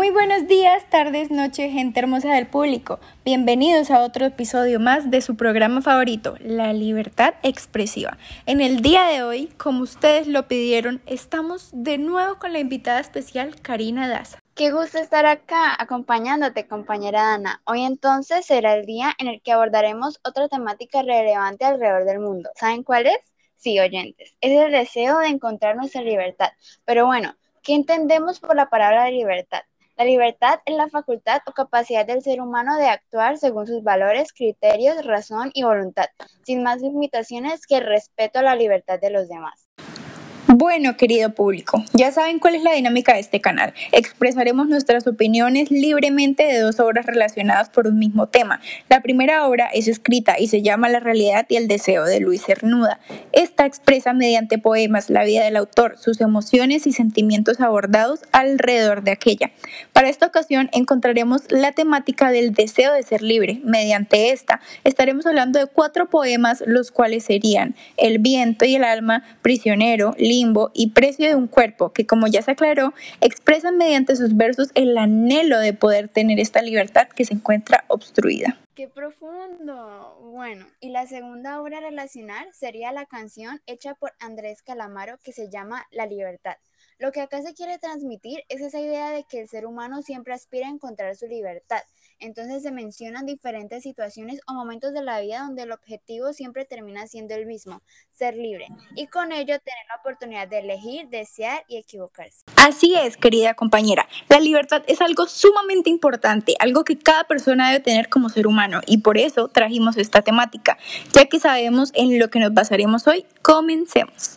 Muy buenos días, tardes, noches, gente hermosa del público. Bienvenidos a otro episodio más de su programa favorito, La Libertad Expresiva. En el día de hoy, como ustedes lo pidieron, estamos de nuevo con la invitada especial Karina Daza. Qué gusto estar acá acompañándote, compañera Dana. Hoy entonces será el día en el que abordaremos otra temática relevante alrededor del mundo. ¿Saben cuál es? Sí, oyentes. Es el deseo de encontrar nuestra libertad. Pero bueno, ¿qué entendemos por la palabra libertad? La libertad es la facultad o capacidad del ser humano de actuar según sus valores, criterios, razón y voluntad, sin más limitaciones que el respeto a la libertad de los demás. Bueno, querido público, ya saben cuál es la dinámica de este canal. Expresaremos nuestras opiniones libremente de dos obras relacionadas por un mismo tema. La primera obra es escrita y se llama La realidad y el deseo de Luis Cernuda. Esta expresa mediante poemas la vida del autor, sus emociones y sentimientos abordados alrededor de aquella. Para esta ocasión encontraremos la temática del deseo de ser libre. Mediante esta estaremos hablando de 4 poemas, los cuales serían El viento y el alma, Prisionero, Limbo y Precio de un cuerpo, que como ya se aclaró, expresan mediante sus versos el anhelo de poder tener esta libertad que se encuentra obstruida. ¡Qué profundo! Bueno, y la segunda obra a relacionar sería la canción hecha por Andrés Calamaro que se llama La Libertad. Lo que acá se quiere transmitir es esa idea de que el ser humano siempre aspira a encontrar su libertad. Entonces se mencionan diferentes situaciones o momentos de la vida donde el objetivo siempre termina siendo el mismo, ser libre, y con ello tener la oportunidad de elegir, desear y equivocarse. Así es, querida compañera, la libertad es algo sumamente importante, algo que cada persona debe tener como ser humano, y por eso trajimos esta temática. Ya que sabemos en lo que nos basaremos hoy, comencemos.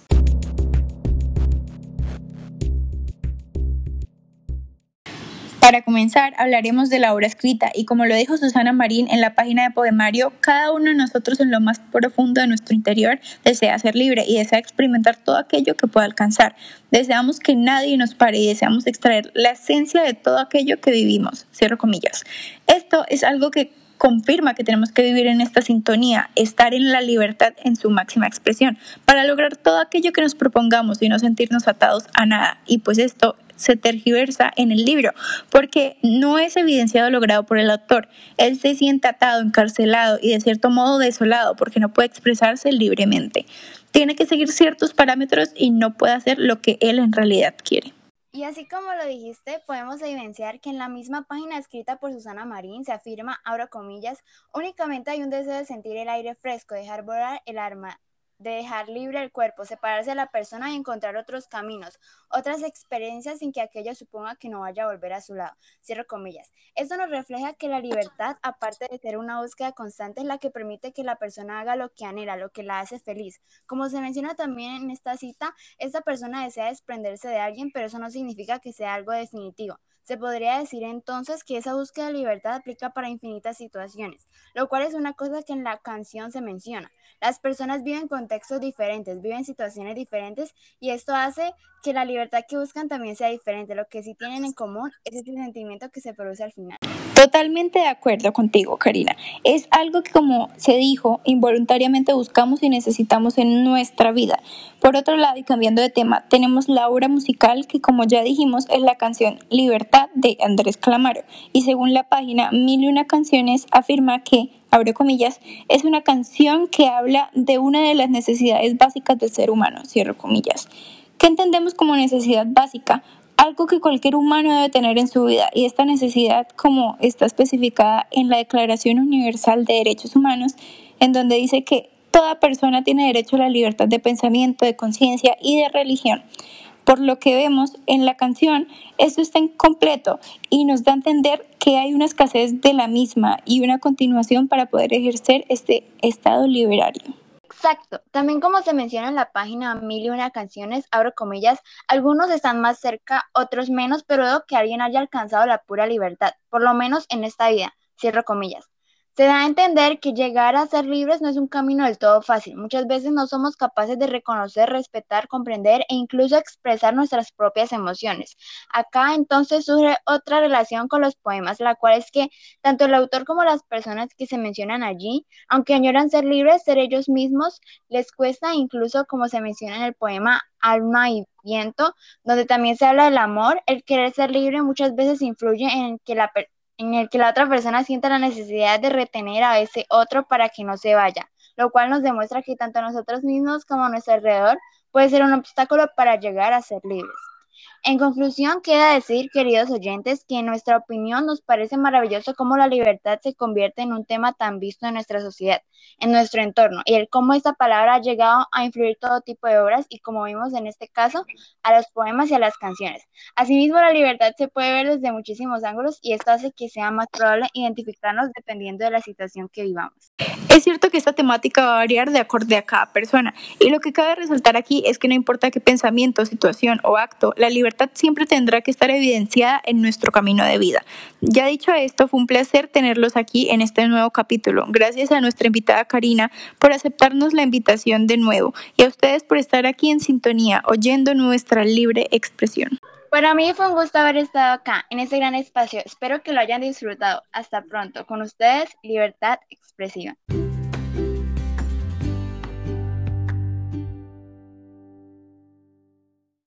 Para comenzar, hablaremos de la obra escrita y como lo dijo Susana Marín en la página de Poemario, cada uno de nosotros en lo más profundo de nuestro interior desea ser libre y desea experimentar todo aquello que pueda alcanzar. Deseamos que nadie nos pare y deseamos extraer la esencia de todo aquello que vivimos, cierro comillas. Esto es algo que confirma que tenemos que vivir en esta sintonía, estar en la libertad en su máxima expresión, para lograr todo aquello que nos propongamos y no sentirnos atados a nada. Y pues esto se tergiversa en el libro, porque no es evidenciado logrado por el autor. Él se siente atado, encarcelado y de cierto modo desolado porque no puede expresarse libremente. Tiene que seguir ciertos parámetros y no puede hacer lo que él en realidad quiere. Y así como lo dijiste, podemos evidenciar que en la misma página escrita por Susana Marín se afirma, abro comillas, únicamente hay un deseo de sentir el aire fresco, dejar volar el alma, de dejar libre el cuerpo, separarse de la persona y encontrar otros caminos, otras experiencias sin que aquello suponga que no vaya a volver a su lado. Cierro comillas. Esto nos refleja que la libertad, aparte de ser una búsqueda constante, es la que permite que la persona haga lo que anhela, lo que la hace feliz. Como se menciona también en esta cita, esta persona desea desprenderse de alguien, pero eso no significa que sea algo definitivo. Se podría decir entonces que esa búsqueda de libertad aplica para infinitas situaciones, lo cual es una cosa que en la canción se menciona. Las personas viven contextos diferentes, viven situaciones diferentes y esto hace que la libertad que buscan también sea diferente. Lo que sí tienen en común es ese sentimiento que se produce al final. Totalmente de acuerdo contigo, Karina. Es algo que, como se dijo, involuntariamente buscamos y necesitamos en nuestra vida. Por otro lado, y cambiando de tema, tenemos la obra musical que, como ya dijimos, es la canción Libertad de Andrés Calamaro. Y según la página 1001 Canciones, afirma que, abro comillas, es una canción que habla de una de las necesidades básicas del ser humano, cierro comillas. ¿Qué entendemos como necesidad básica? Algo que cualquier humano debe tener en su vida, y esta necesidad, como está especificada en la Declaración Universal de Derechos Humanos, en donde dice que toda persona tiene derecho a la libertad de pensamiento, de conciencia y de religión. Por lo que vemos en la canción, esto está incompleto y nos da a entender que hay una escasez de la misma y una continuación para poder ejercer este estado liberario. Exacto. También como se menciona en la página 1001 Canciones, abro comillas, algunos están más cerca, otros menos, pero veo que alguien haya alcanzado la pura libertad, por lo menos en esta vida, cierro comillas. Se da a entender que llegar a ser libres no es un camino del todo fácil. Muchas veces no somos capaces de reconocer, respetar, comprender e incluso expresar nuestras propias emociones. Acá entonces surge otra relación con los poemas, la cual es que tanto el autor como las personas que se mencionan allí, aunque añoran ser libres, ser ellos mismos, les cuesta, incluso como se menciona en el poema Alma y Viento, donde también se habla del amor. El querer ser libre muchas veces influye en el que la otra persona sienta la necesidad de retener a ese otro para que no se vaya, lo cual nos demuestra que tanto nosotros mismos como a nuestro alrededor puede ser un obstáculo para llegar a ser libres. En conclusión, queda decir, queridos oyentes, que en nuestra opinión nos parece maravilloso cómo la libertad se convierte en un tema tan visto en nuestra sociedad, en nuestro entorno, y el cómo esta palabra ha llegado a influir todo tipo de obras y, como vimos en este caso, a los poemas y a las canciones. Asimismo, la libertad se puede ver desde muchísimos ángulos y esto hace que sea más probable identificarnos dependiendo de la situación que vivamos. Es cierto que esta temática va a variar de acuerdo a cada persona, y lo que cabe resaltar aquí es que no importa qué pensamiento, situación o acto, la libertad siempre tendrá que estar evidenciada en nuestro camino de vida. Ya dicho esto, fue un placer tenerlos aquí en este nuevo capítulo. Gracias a nuestra invitada Karina por aceptarnos la invitación de nuevo y a ustedes por estar aquí en sintonía, oyendo nuestra libre expresión. Para mí fue un gusto haber estado acá, en este gran espacio. Espero que lo hayan disfrutado. Hasta pronto. Con ustedes, Libertad Expresiva.